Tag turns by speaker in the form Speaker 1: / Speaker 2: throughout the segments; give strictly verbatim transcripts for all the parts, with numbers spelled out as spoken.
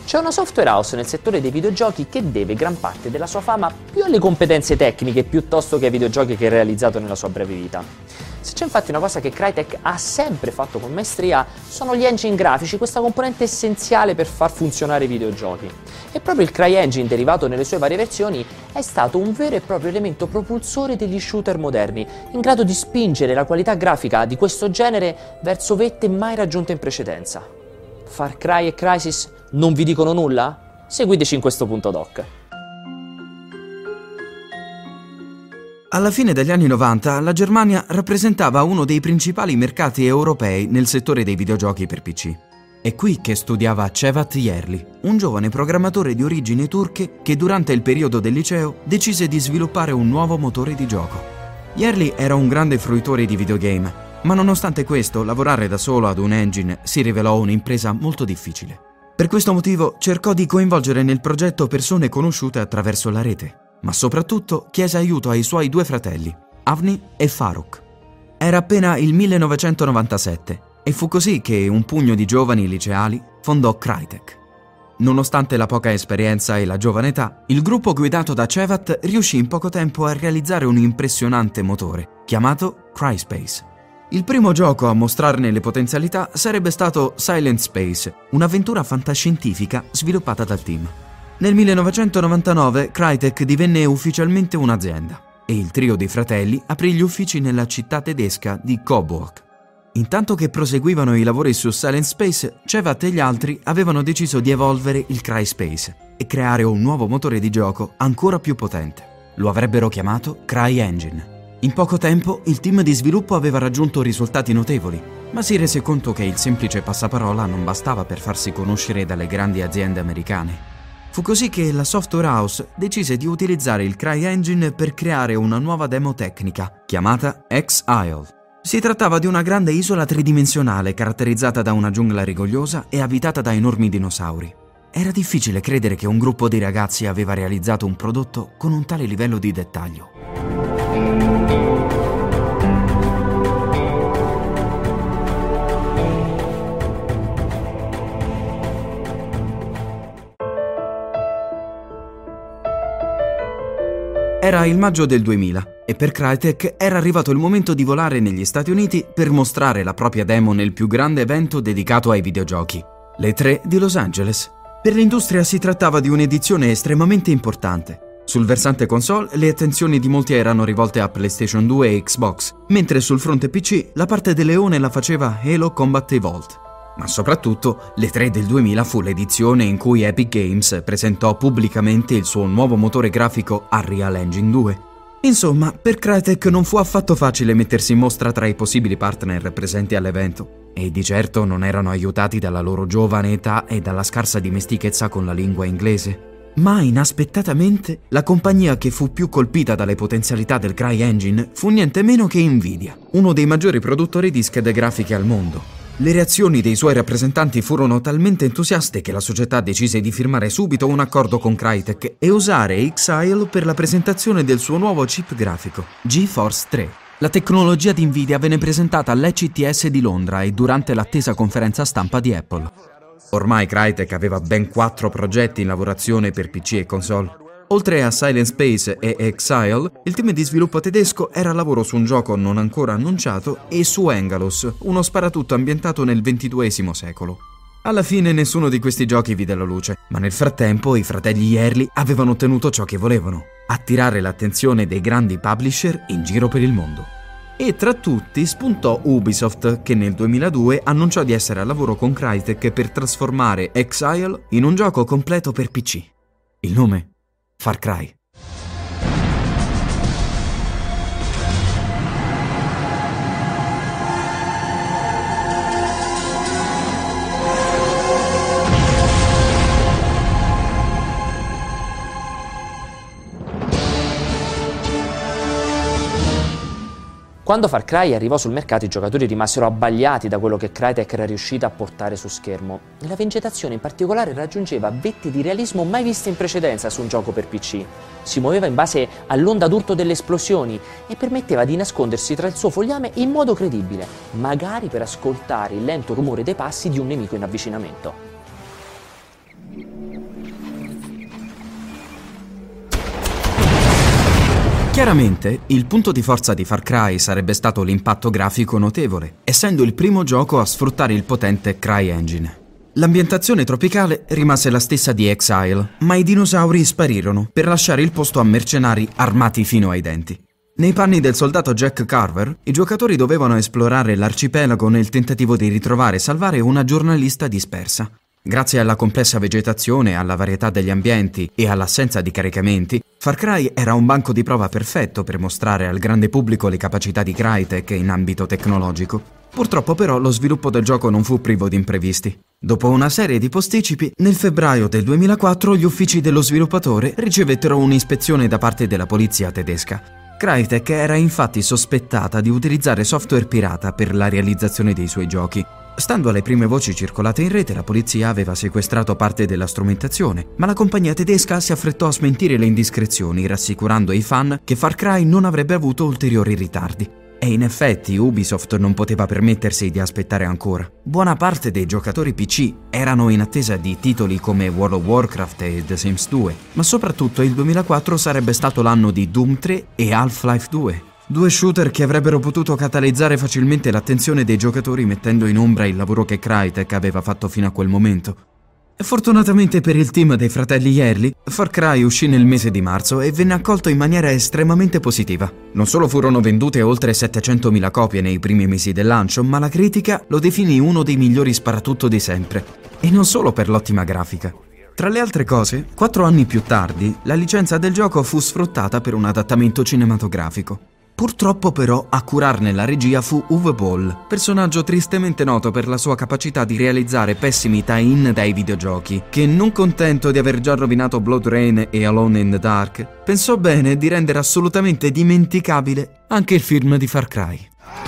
Speaker 1: C'è una software house nel settore dei videogiochi che deve gran parte della sua fama più alle competenze tecniche piuttosto che ai videogiochi che ha realizzato nella sua breve vita. Se c'è infatti una cosa che Crytek ha sempre fatto con maestria, sono gli engine grafici, questa componente essenziale per far funzionare i videogiochi. E proprio il CryEngine, derivato nelle sue varie versioni, è stato un vero e proprio elemento propulsore degli shooter moderni, in grado di spingere la qualità grafica di questo genere verso vette mai raggiunte in precedenza. Far Cry e Crysis non vi dicono nulla? Seguiteci in questo punto doc.
Speaker 2: Alla fine degli anni novanta la Germania rappresentava uno dei principali mercati europei nel settore dei videogiochi per P C. È qui che studiava Cevat Yerli, un giovane programmatore di origini turche che durante il periodo del liceo decise di sviluppare un nuovo motore di gioco. Yerli era un grande fruitore di videogame, ma nonostante questo lavorare da solo ad un engine si rivelò un'impresa molto difficile. Per questo motivo cercò di coinvolgere nel progetto persone conosciute attraverso la rete, ma soprattutto chiese aiuto ai suoi due fratelli, Avni e Faruk. Era appena il millenovecentonovantasette e fu così che un pugno di giovani liceali fondò Crytek. Nonostante la poca esperienza e la giovane età, il gruppo guidato da Cevat riuscì in poco tempo a realizzare un impressionante motore, chiamato CrySpace. Il primo gioco a mostrarne le potenzialità sarebbe stato Silent Space, un'avventura fantascientifica sviluppata dal team. Nel millenovecentonovantanove Crytek divenne ufficialmente un'azienda e il trio dei fratelli aprì gli uffici nella città tedesca di Coburg. Intanto che proseguivano i lavori su Silent Space, Cevat e gli altri avevano deciso di evolvere il CrySpace e creare un nuovo motore di gioco ancora più potente. Lo avrebbero chiamato CryEngine. In poco tempo il team di sviluppo aveva raggiunto risultati notevoli, ma si rese conto che il semplice passaparola non bastava per farsi conoscere dalle grandi aziende americane. Fu così che la software house decise di utilizzare il CryEngine per creare una nuova demo tecnica, chiamata X-Isle. Si trattava di una grande isola tridimensionale caratterizzata da una giungla rigogliosa e abitata da enormi dinosauri. Era difficile credere che un gruppo di ragazzi aveva realizzato un prodotto con un tale livello di dettaglio. Era il maggio del duemila e per Crytek era arrivato il momento di volare negli Stati Uniti per mostrare la propria demo nel più grande evento dedicato ai videogiochi, l'E tre di Los Angeles. Per l'industria si trattava di un'edizione estremamente importante. Sul versante console le attenzioni di molti erano rivolte a PlayStation due e Xbox, mentre sul fronte P C la parte del leone la faceva Halo Combat Evolved. Ma soprattutto, l'E tre del duemila fu l'edizione in cui Epic Games presentò pubblicamente il suo nuovo motore grafico Unreal Engine due. Insomma, per Crytek non fu affatto facile mettersi in mostra tra i possibili partner presenti all'evento, e di certo non erano aiutati dalla loro giovane età e dalla scarsa dimestichezza con la lingua inglese. Ma inaspettatamente, la compagnia che fu più colpita dalle potenzialità del CryEngine fu niente meno che Nvidia, uno dei maggiori produttori di schede grafiche al mondo. Le reazioni dei suoi rappresentanti furono talmente entusiaste che la società decise di firmare subito un accordo con Crytek e usare X-Isle per la presentazione del suo nuovo chip grafico, GeForce tre. La tecnologia di Nvidia venne presentata all'E C T S di Londra e durante l'attesa conferenza stampa di Apple. Ormai Crytek aveva ben quattro progetti in lavorazione per P C e console. Oltre a Silent Space e X-Isle, il team di sviluppo tedesco era a lavoro su un gioco non ancora annunciato e su Engalos, uno sparatutto ambientato nel ventiduesimo secolo. Alla fine nessuno di questi giochi vide la luce, ma nel frattempo i fratelli Yerli avevano ottenuto ciò che volevano: attirare l'attenzione dei grandi publisher in giro per il mondo. E tra tutti spuntò Ubisoft, che nel duemiladue annunciò di essere al lavoro con Crytek per trasformare X-Isle in un gioco completo per P C. Il nome? Far Cry.
Speaker 1: Quando Far Cry arrivò sul mercato, i giocatori rimasero abbagliati da quello che Crytek era riuscita a portare su schermo. E la vegetazione in particolare raggiungeva vette di realismo mai viste in precedenza su un gioco per P C. Si muoveva in base all'onda d'urto delle esplosioni e permetteva di nascondersi tra il suo fogliame in modo credibile, magari per ascoltare il lento rumore dei passi di un nemico in avvicinamento.
Speaker 2: Chiaramente, il punto di forza di Far Cry sarebbe stato l'impatto grafico notevole, essendo il primo gioco a sfruttare il potente CryEngine. L'ambientazione tropicale rimase la stessa di Exile, ma i dinosauri sparirono per lasciare il posto a mercenari armati fino ai denti. Nei panni del soldato Jack Carver, i giocatori dovevano esplorare l'arcipelago nel tentativo di ritrovare e salvare una giornalista dispersa. Grazie alla complessa vegetazione, alla varietà degli ambienti e all'assenza di caricamenti, Far Cry era un banco di prova perfetto per mostrare al grande pubblico le capacità di Crytek in ambito tecnologico. Purtroppo però lo sviluppo del gioco non fu privo di imprevisti. Dopo una serie di posticipi, nel febbraio del duemilaquattro gli uffici dello sviluppatore ricevettero un'ispezione da parte della polizia tedesca. Crytek era infatti sospettata di utilizzare software pirata per la realizzazione dei suoi giochi. Stando alle prime voci circolate in rete, la polizia aveva sequestrato parte della strumentazione, ma la compagnia tedesca si affrettò a smentire le indiscrezioni, rassicurando i fan che Far Cry non avrebbe avuto ulteriori ritardi. E in effetti Ubisoft non poteva permettersi di aspettare ancora. Buona parte dei giocatori P C erano in attesa di titoli come World of Warcraft e The Sims due, ma soprattutto il duemilaquattro sarebbe stato l'anno di Doom tre e Half-Life due. Due shooter che avrebbero potuto catalizzare facilmente l'attenzione dei giocatori mettendo in ombra il lavoro che Crytek aveva fatto fino a quel momento. E fortunatamente per il team dei fratelli Yerli, Far Cry uscì nel mese di marzo e venne accolto in maniera estremamente positiva. Non solo furono vendute oltre settecentomila copie nei primi mesi del lancio, ma la critica lo definì uno dei migliori sparatutto di sempre. E non solo per l'ottima grafica. Tra le altre cose, quattro anni più tardi, la licenza del gioco fu sfruttata per un adattamento cinematografico. Purtroppo però a curarne la regia fu Uwe Boll, personaggio tristemente noto per la sua capacità di realizzare pessimi tie-in dai videogiochi, che non contento di aver già rovinato Blood Rain e Alone in the Dark, pensò bene di rendere assolutamente dimenticabile anche il film di Far Cry.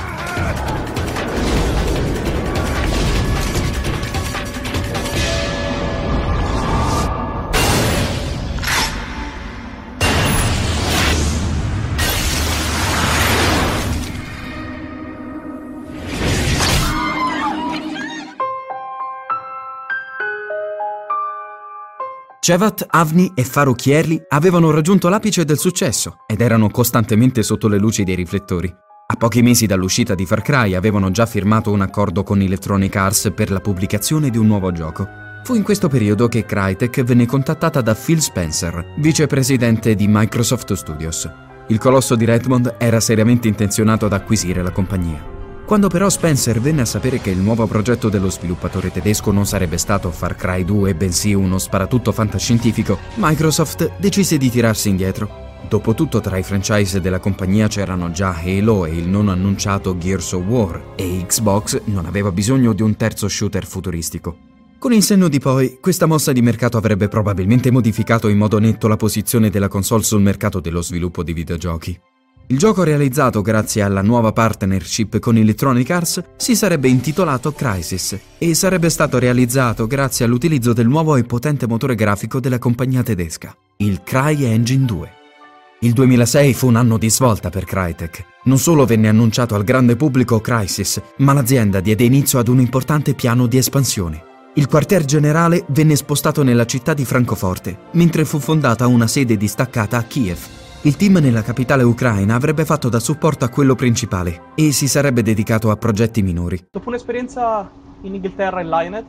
Speaker 2: Cevat, Avni e Faruk Yerli avevano raggiunto l'apice del successo ed erano costantemente sotto le luci dei riflettori. A pochi mesi dall'uscita di Far Cry avevano già firmato un accordo con Electronic Arts per la pubblicazione di un nuovo gioco. Fu in questo periodo che Crytek venne contattata da Phil Spencer, vicepresidente di Microsoft Studios. Il colosso di Redmond era seriamente intenzionato ad acquisire la compagnia. Quando però Spencer venne a sapere che il nuovo progetto dello sviluppatore tedesco non sarebbe stato Far Cry due, bensì uno sparatutto fantascientifico, Microsoft decise di tirarsi indietro. Dopotutto tra i franchise della compagnia c'erano già Halo e il non annunciato Gears of War, e Xbox non aveva bisogno di un terzo shooter futuristico. Con il senno di poi, questa mossa di mercato avrebbe probabilmente modificato in modo netto la posizione della console sul mercato dello sviluppo di videogiochi. Il gioco realizzato grazie alla nuova partnership con Electronic Arts si sarebbe intitolato Crysis e sarebbe stato realizzato grazie all'utilizzo del nuovo e potente motore grafico della compagnia tedesca, il CryEngine due. Il duemilasei fu un anno di svolta per Crytek. Non solo venne annunciato al grande pubblico Crysis, ma l'azienda diede inizio ad un importante piano di espansione. Il quartier generale venne spostato nella città di Francoforte, mentre fu fondata una sede distaccata a Kiev. Il team nella capitale ucraina avrebbe fatto da supporto a quello principale e si sarebbe dedicato a progetti minori.
Speaker 3: Dopo un'esperienza in Inghilterra in Lionhead,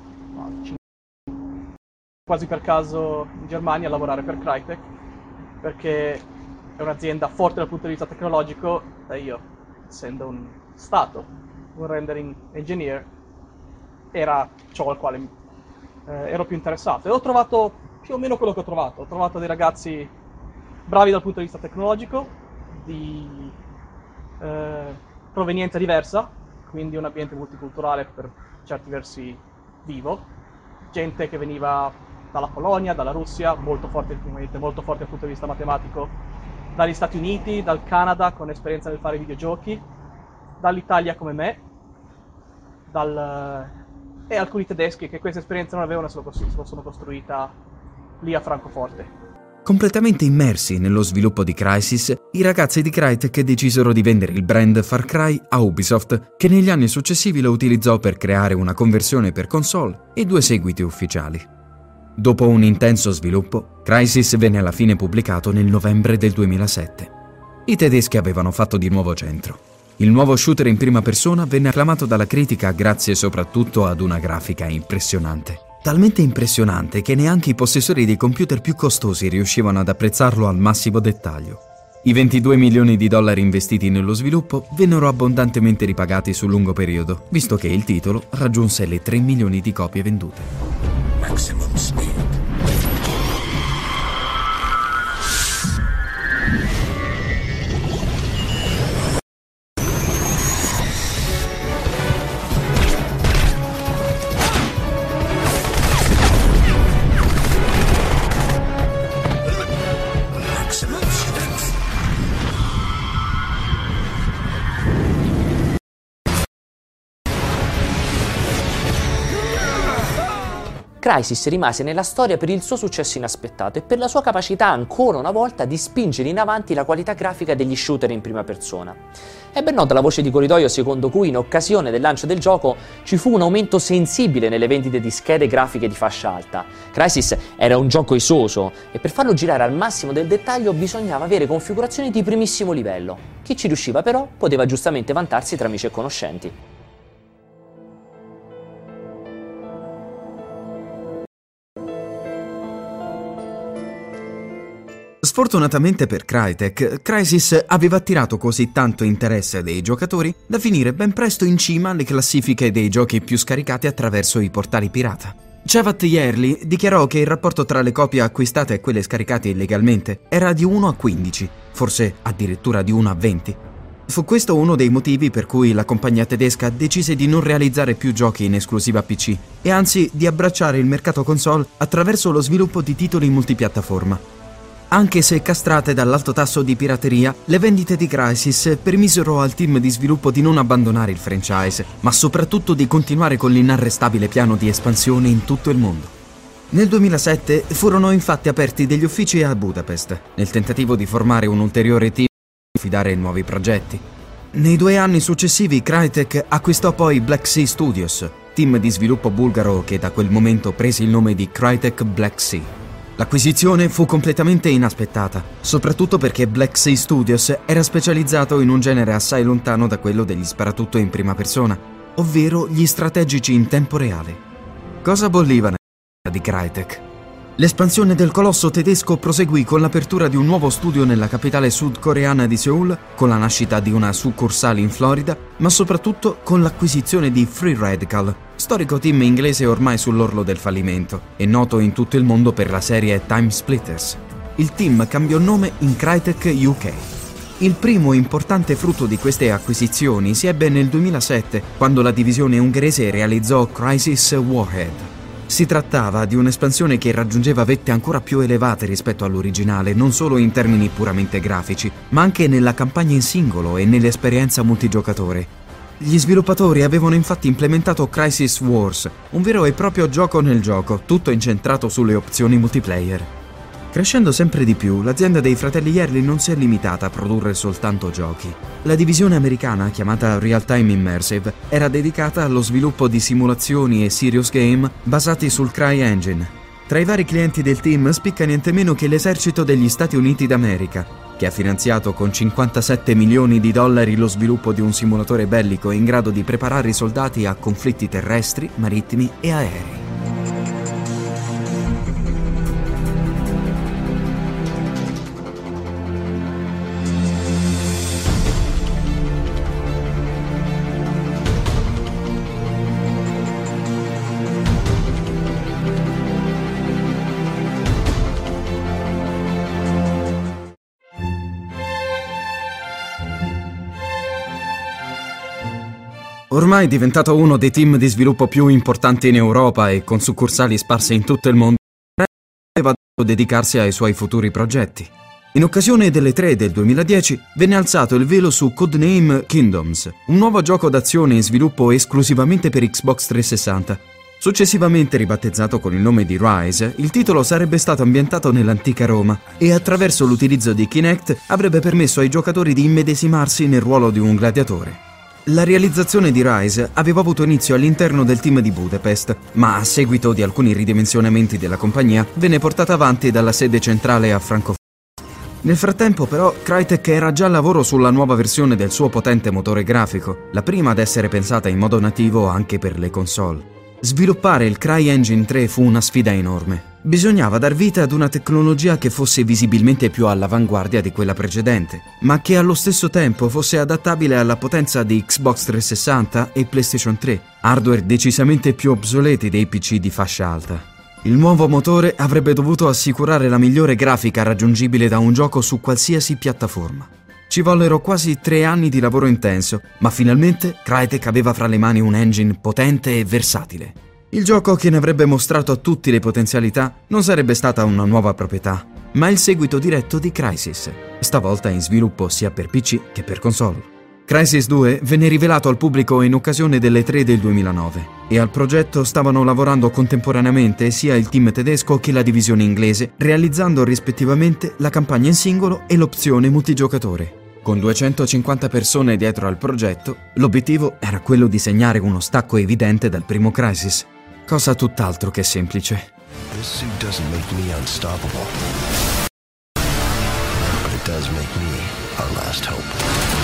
Speaker 3: quasi per caso in Germania a lavorare per Crytek, perché è un'azienda forte dal punto di vista tecnologico, e io, essendo un stato, un rendering engineer, era ciò al quale eh, ero più interessato. E ho trovato più o meno quello che ho trovato. Ho trovato dei ragazzi bravi dal punto di vista tecnologico, di eh, provenienza diversa, quindi un ambiente multiculturale per certi versi vivo, gente che veniva dalla Polonia, dalla Russia, molto forte, molto forte dal punto di vista matematico, dagli Stati Uniti, dal Canada con esperienza nel fare videogiochi, dall'Italia come me, dal, e alcuni tedeschi che questa esperienza non avevano, se lo sono costruita lì a Francoforte.
Speaker 2: Completamente immersi nello sviluppo di Crysis, i ragazzi di Crytek decisero di vendere il brand Far Cry a Ubisoft, che negli anni successivi lo utilizzò per creare una conversione per console e due seguiti ufficiali. Dopo un intenso sviluppo, Crysis venne alla fine pubblicato nel novembre del duemilasette. I tedeschi avevano fatto di nuovo centro. Il nuovo shooter in prima persona venne acclamato dalla critica grazie soprattutto ad una grafica impressionante. Talmente impressionante che neanche i possessori dei computer più costosi riuscivano ad apprezzarlo al massimo dettaglio. I ventidue milioni di dollari investiti nello sviluppo vennero abbondantemente ripagati sul lungo periodo, visto che il titolo raggiunse le tre milioni di copie vendute. Maximum speed.
Speaker 1: Crysis rimase nella storia per il suo successo inaspettato e per la sua capacità ancora una volta di spingere in avanti la qualità grafica degli shooter in prima persona. È ben nota la voce di corridoio secondo cui in occasione del lancio del gioco ci fu un aumento sensibile nelle vendite di schede grafiche di fascia alta. Crysis era un gioco esoso e per farlo girare al massimo del dettaglio bisognava avere configurazioni di primissimo livello. Chi ci riusciva però poteva giustamente vantarsi tra amici e conoscenti.
Speaker 2: Sfortunatamente per Crytek, Crysis aveva attirato così tanto interesse dei giocatori da finire ben presto in cima alle classifiche dei giochi più scaricati attraverso i portali pirata. Cevat Yerli dichiarò che il rapporto tra le copie acquistate e quelle scaricate illegalmente era di uno a quindici, forse addirittura di uno a venti. Fu questo uno dei motivi per cui la compagnia tedesca decise di non realizzare più giochi in esclusiva P C e anzi di abbracciare il mercato console attraverso lo sviluppo di titoli multipiattaforma. Anche se castrate dall'alto tasso di pirateria, le vendite di Crysis permisero al team di sviluppo di non abbandonare il franchise, ma soprattutto di continuare con l'inarrestabile piano di espansione in tutto il mondo. Nel duemilasette furono infatti aperti degli uffici a Budapest, nel tentativo di formare un ulteriore team e affidare nuovi progetti. Nei due anni successivi Crytek acquistò poi Black Sea Studios, team di sviluppo bulgaro che da quel momento prese il nome di Crytek Black Sea. L'acquisizione fu completamente inaspettata, soprattutto perché Black Sea Studios era specializzato in un genere assai lontano da quello degli sparatutto in prima persona, ovvero gli strategici in tempo reale. Cosa bolliva nella di Crytek? L'espansione del colosso tedesco proseguì con l'apertura di un nuovo studio nella capitale sudcoreana di Seoul, con la nascita di una succursale in Florida, ma soprattutto con l'acquisizione di Free Radical, storico team inglese ormai sull'orlo del fallimento e noto in tutto il mondo per la serie Time Splitters. Il team cambiò nome in Crytek U K. Il primo importante frutto di queste acquisizioni si ebbe nel duemilasette, quando la divisione ungherese realizzò Crysis Warhead. Si trattava di un'espansione che raggiungeva vette ancora più elevate rispetto all'originale, non solo in termini puramente grafici, ma anche nella campagna in singolo e nell'esperienza multigiocatore. Gli sviluppatori avevano infatti implementato Crysis Wars, un vero e proprio gioco nel gioco, tutto incentrato sulle opzioni multiplayer. Crescendo sempre di più, l'azienda dei fratelli Yerli non si è limitata a produrre soltanto giochi. La divisione americana, chiamata Real Time Immersive, era dedicata allo sviluppo di simulazioni e serious game basati sul CryEngine. Tra i vari clienti del team spicca niente meno che l'esercito degli Stati Uniti d'America, che ha finanziato con cinquantasette milioni di dollari lo sviluppo di un simulatore bellico in grado di preparare i soldati a conflitti terrestri, marittimi e aerei. Ormai diventato uno dei team di sviluppo più importanti in Europa e con succursali sparse in tutto il mondo, aveva dovuto dedicarsi ai suoi futuri progetti. In occasione delle tre del duemiladieci venne alzato il velo su Codename Kingdoms, un nuovo gioco d'azione in sviluppo esclusivamente per Xbox trecentosessanta. Successivamente ribattezzato con il nome di Rise, il titolo sarebbe stato ambientato nell'antica Roma e attraverso l'utilizzo di Kinect avrebbe permesso ai giocatori di immedesimarsi nel ruolo di un gladiatore. La realizzazione di Rise aveva avuto inizio all'interno del team di Budapest, ma a seguito di alcuni ridimensionamenti della compagnia venne portata avanti dalla sede centrale a Francoforte. Nel frattempo, però, Crytek era già al lavoro sulla nuova versione del suo potente motore grafico, la prima ad essere pensata in modo nativo anche per le console. Sviluppare il CryEngine tre fu una sfida enorme. Bisognava dar vita ad una tecnologia che fosse visibilmente più all'avanguardia di quella precedente, ma che allo stesso tempo fosse adattabile alla potenza di Xbox trecentosessanta e PlayStation tre, hardware decisamente più obsoleti dei P C di fascia alta. Il nuovo motore avrebbe dovuto assicurare la migliore grafica raggiungibile da un gioco su qualsiasi piattaforma. Ci vollero quasi tre anni di lavoro intenso, ma finalmente Crytek aveva fra le mani un engine potente e versatile. Il gioco che ne avrebbe mostrato a tutti le potenzialità non sarebbe stata una nuova proprietà, ma il seguito diretto di Crysis, stavolta in sviluppo sia per P C che per console. Crysis due venne rivelato al pubblico in occasione delle tre del duemilanove e al progetto stavano lavorando contemporaneamente sia il team tedesco che la divisione inglese, realizzando rispettivamente la campagna in singolo e l'opzione multigiocatore. Con duecentocinquanta persone dietro al progetto, l'obiettivo era quello di segnare uno stacco evidente dal primo Crysis, cosa tutt'altro che semplice.
Speaker 4: This suit doesn't make me unstoppable, but it does make me our last hope.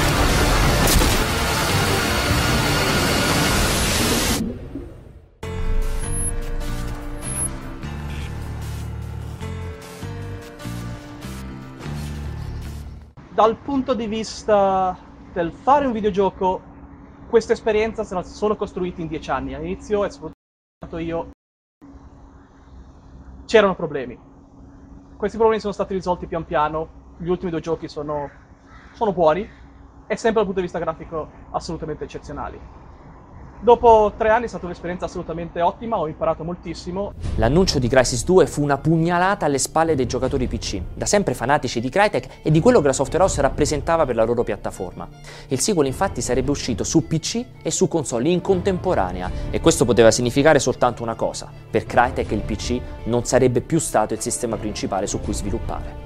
Speaker 3: Dal punto di vista del fare un videogioco, questa esperienza se la sono costruiti in dieci anni. All'inizio, e soprattutto io, c'erano problemi. Questi problemi sono stati risolti pian piano, gli ultimi due giochi sono, sono buoni e sempre dal punto di vista grafico assolutamente eccezionali. Dopo tre anni è stata un'esperienza assolutamente ottima, ho imparato moltissimo.
Speaker 1: L'annuncio di Crysis due fu una pugnalata alle spalle dei giocatori P C, da sempre fanatici di Crytek e di quello che la Software House rappresentava per la loro piattaforma. Il sequel infatti sarebbe uscito su P C e su console in contemporanea e questo poteva significare soltanto una cosa: per Crytek il P C non sarebbe più stato il sistema principale su cui sviluppare.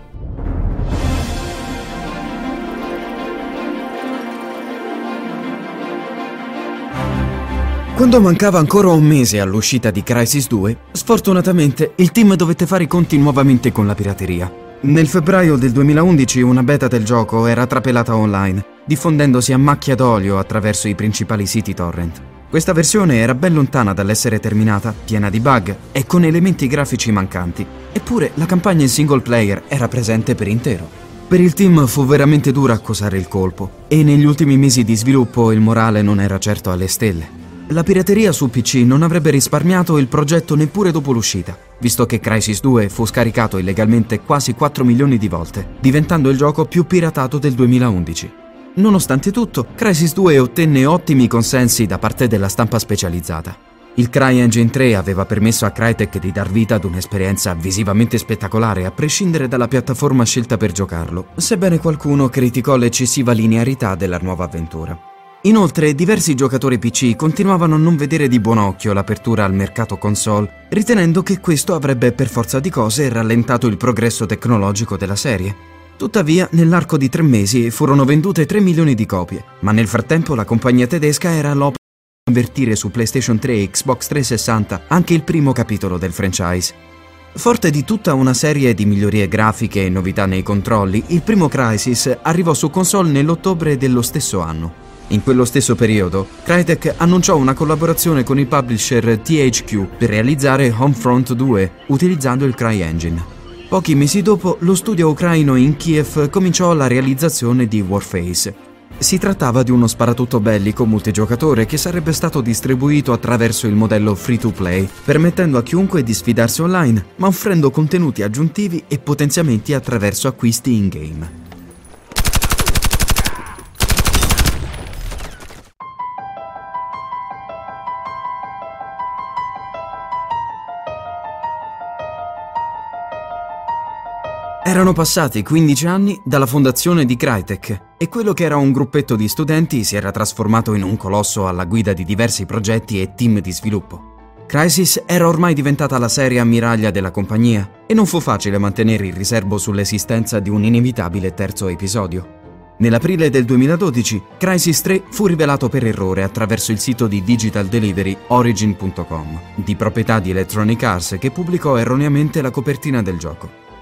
Speaker 2: Quando mancava ancora un mese all'uscita di Crysis due, sfortunatamente il team dovette fare i conti nuovamente con la pirateria. Nel febbraio del duemilaundici una beta del gioco era trapelata online, diffondendosi a macchia d'olio attraverso i principali siti torrent. Questa versione era ben lontana dall'essere terminata, piena di bug e con elementi grafici mancanti, eppure la campagna in single player era presente per intero. Per il team fu veramente dura accusare il colpo, e negli ultimi mesi di sviluppo il morale non era certo alle stelle. La pirateria su P C non avrebbe risparmiato il progetto neppure dopo l'uscita, visto che Crysis due fu scaricato illegalmente quasi quattro milioni di volte, diventando il gioco più piratato del duemilaundici. Nonostante tutto, Crysis due ottenne ottimi consensi da parte della stampa specializzata. Il CryEngine tre aveva permesso a Crytek di dar vita ad un'esperienza visivamente spettacolare a prescindere dalla piattaforma scelta per giocarlo, sebbene qualcuno criticò l'eccessiva linearità della nuova avventura. Inoltre, diversi giocatori P C continuavano a non vedere di buon occhio l'apertura al mercato console, ritenendo che questo avrebbe per forza di cose rallentato il progresso tecnologico della serie. Tuttavia, nell'arco di tre mesi furono vendute tre milioni di copie, ma nel frattempo la compagnia tedesca era all'opera di convertire su PlayStation tre e Xbox trecentosessanta anche il primo capitolo del franchise. Forte di tutta una serie di migliorie grafiche e novità nei controlli, il primo Crysis arrivò su console nell'ottobre dello stesso anno. In quello stesso periodo, Crytek annunciò una collaborazione con il publisher T H Q per realizzare Homefront due utilizzando il CryEngine. Pochi mesi dopo, lo studio ucraino in Kiev cominciò la realizzazione di Warface. Si trattava di uno sparatutto bellico multigiocatore che sarebbe stato distribuito attraverso il modello free-to-play, permettendo a chiunque di sfidarsi online, ma offrendo contenuti aggiuntivi e potenziamenti attraverso acquisti in-game. Erano passati quindici anni dalla fondazione di Crytek e quello che era un gruppetto di studenti si era trasformato in un colosso alla guida di diversi progetti e team di sviluppo. Crysis era ormai diventata la serie ammiraglia della compagnia e non fu facile mantenere il riserbo sull'esistenza di un inevitabile terzo episodio. Nell'aprile del duemiladodici, Crysis tre fu rivelato per errore attraverso il sito di digital delivery origin punto com, di proprietà di Electronic Arts, che pubblicò erroneamente la copertina del gioco.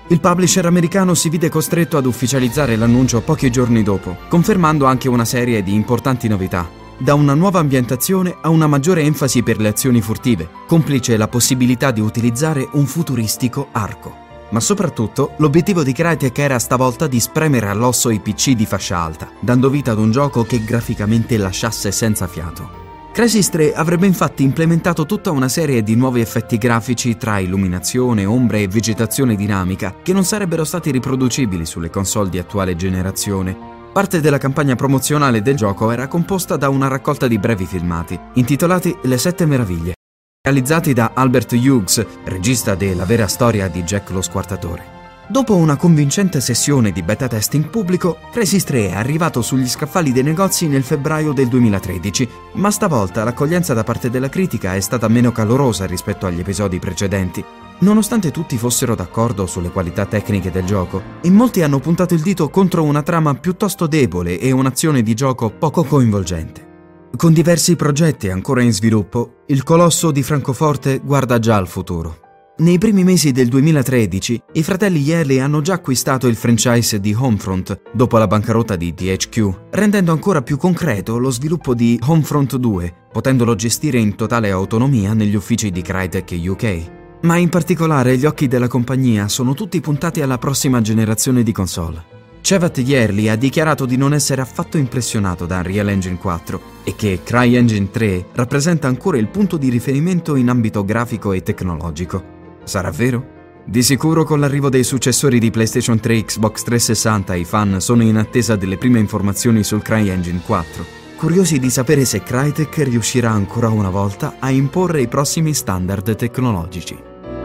Speaker 2: Il publisher americano si vide costretto ad ufficializzare l'annuncio pochi giorni dopo, confermando anche una serie di importanti novità, da una nuova ambientazione a una maggiore enfasi per le azioni furtive, complice la possibilità di utilizzare un futuristico arco. Ma soprattutto, l'obiettivo di Crytek era stavolta di spremere all'osso i P C di fascia alta, dando vita ad un gioco che graficamente lasciasse senza fiato. Crysis tre avrebbe infatti implementato tutta una serie di nuovi effetti grafici tra illuminazione, ombre e vegetazione dinamica che non sarebbero stati riproducibili sulle console di attuale generazione. Parte della campagna promozionale del gioco era composta da una raccolta di brevi filmati, intitolati Le Sette Meraviglie, realizzati da Albert Hughes, regista de La vera storia di Jack lo Squartatore. Dopo una convincente sessione di beta testing pubblico, Crysis tre è arrivato sugli scaffali dei negozi nel febbraio del duemilatredici, ma stavolta l'accoglienza da parte della critica è stata meno calorosa rispetto agli episodi precedenti. Nonostante tutti fossero d'accordo sulle qualità tecniche del gioco, in molti hanno puntato il dito contro una trama piuttosto debole e un'azione di gioco poco coinvolgente. Con diversi progetti ancora in sviluppo, il colosso di Francoforte guarda già al futuro. Nei primi mesi del duemilatredici, i fratelli Yerli hanno già acquistato il franchise di Homefront dopo la bancarotta di D H Q, rendendo ancora più concreto lo sviluppo di Homefront due, potendolo gestire in totale autonomia negli uffici di Crytek U K. Ma in particolare gli occhi della compagnia sono tutti puntati alla prossima generazione di console. Cevat Yerli ha dichiarato di non essere affatto impressionato da Unreal Engine quattro e che CryEngine tre rappresenta ancora il punto di riferimento in ambito grafico e tecnologico. Sarà vero? Di sicuro con l'arrivo dei successori di PlayStation tre e Xbox trecentosessanta i fan sono in attesa delle prime informazioni sul CryEngine quattro, curiosi di sapere se Crytek riuscirà ancora una volta a imporre i prossimi standard tecnologici.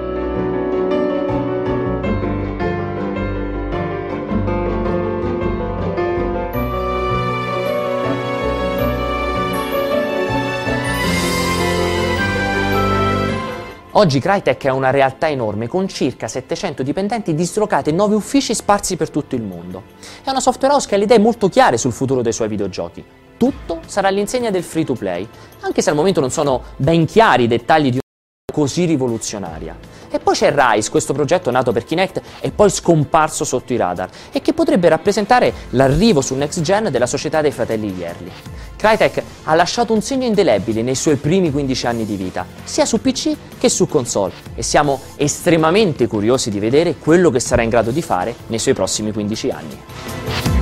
Speaker 1: Oggi Crytek è una realtà enorme con circa settecento dipendenti dislocati in nove uffici sparsi per tutto il mondo. È una software house che ha le idee molto chiare sul futuro dei suoi videogiochi. Tutto sarà all'insegna del free to play, anche se al momento non sono ben chiari i dettagli di una così rivoluzionaria. E poi c'è Rise, questo progetto nato per Kinect e poi scomparso sotto i radar, e che potrebbe rappresentare l'arrivo sul next gen della società dei fratelli Yerli. Crytek ha lasciato un segno indelebile nei suoi primi quindici anni di vita, sia su P C che su console, e siamo estremamente curiosi di vedere quello che sarà in grado di fare nei suoi prossimi quindici anni.